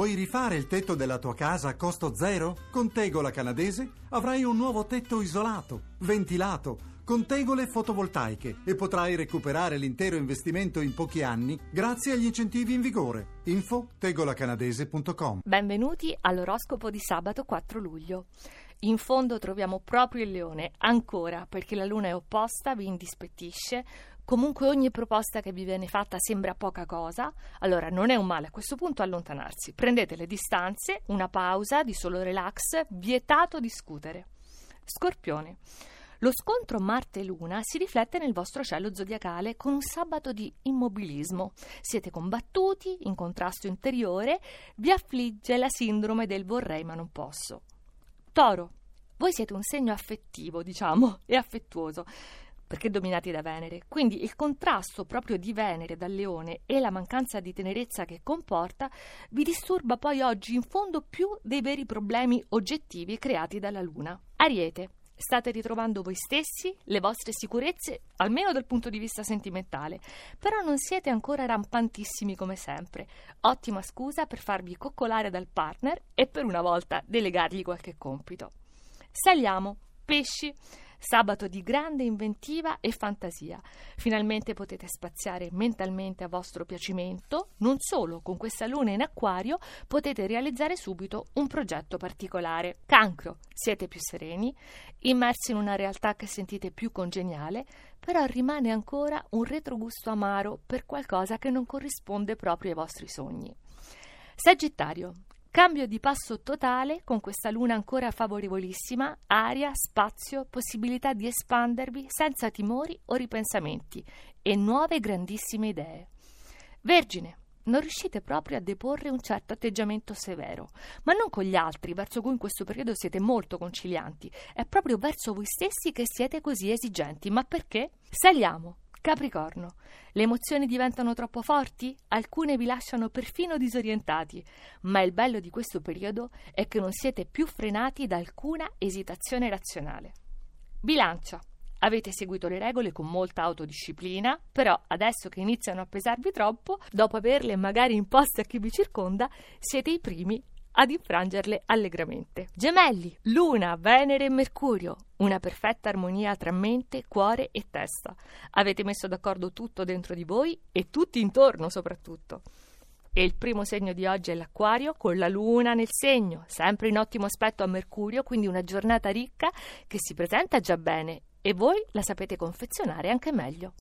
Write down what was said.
Vuoi rifare il tetto della tua casa a costo zero? Con Tegola Canadese avrai un nuovo tetto isolato, ventilato, con tegole fotovoltaiche e potrai recuperare l'intero investimento in pochi anni grazie agli incentivi in vigore. Info tegolacanadese.com. Benvenuti all'oroscopo di sabato 4 luglio. In fondo troviamo proprio il leone, ancora, perché la luna è opposta, vi indispettisce. Comunque ogni proposta che vi viene fatta sembra poca cosa, allora non è un male a questo punto allontanarsi. Prendete le distanze, una pausa di solo relax, vietato discutere. Scorpione. Lo scontro Marte-Luna si riflette nel vostro cielo zodiacale con un sabato di immobilismo. Siete combattuti, in contrasto interiore, vi affligge la sindrome del vorrei ma non posso. Toro. Voi siete un segno affettivo, e affettuoso, perché dominati da Venere. Quindi il contrasto proprio di Venere dal Leone e la mancanza di tenerezza che comporta vi disturba poi oggi in fondo più dei veri problemi oggettivi creati dalla Luna. Ariete. State ritrovando voi stessi, le vostre sicurezze, almeno dal punto di vista sentimentale, però non siete ancora rampantissimi come sempre. Ottima scusa per farvi coccolare dal partner e per una volta delegargli qualche compito. Saliamo, pesci. Sabato di grande inventiva e fantasia. Finalmente potete spaziare mentalmente a vostro piacimento. Non solo, con questa luna in acquario potete realizzare subito un progetto particolare. Cancro, siete più sereni, immersi in una realtà che sentite più congeniale, però rimane ancora un retrogusto amaro per qualcosa che non corrisponde proprio ai vostri sogni. Sagittario. Cambio di passo totale con questa luna ancora favorevolissima, aria, spazio, possibilità di espandervi senza timori o ripensamenti e nuove grandissime idee. Vergine, non riuscite proprio a deporre un certo atteggiamento severo, ma non con gli altri, verso cui in questo periodo siete molto concilianti, è proprio verso voi stessi che siete così esigenti. Ma perché? Saliamo. Capricorno, le emozioni diventano troppo forti? Alcune vi lasciano perfino disorientati, ma il bello di questo periodo è che non siete più frenati da alcuna esitazione razionale. Bilancia, avete seguito le regole con molta autodisciplina, però adesso che iniziano a pesarvi troppo, dopo averle magari imposte a chi vi circonda, siete i primi ad infrangerle allegramente. Gemelli, Luna, Venere e Mercurio, una perfetta armonia tra mente, cuore e testa. Avete messo d'accordo tutto dentro di voi e tutti intorno soprattutto. E il primo segno di oggi è l'Acquario, con la Luna nel segno, sempre in ottimo aspetto a Mercurio, quindi una giornata ricca che si presenta già bene e voi la sapete confezionare anche meglio.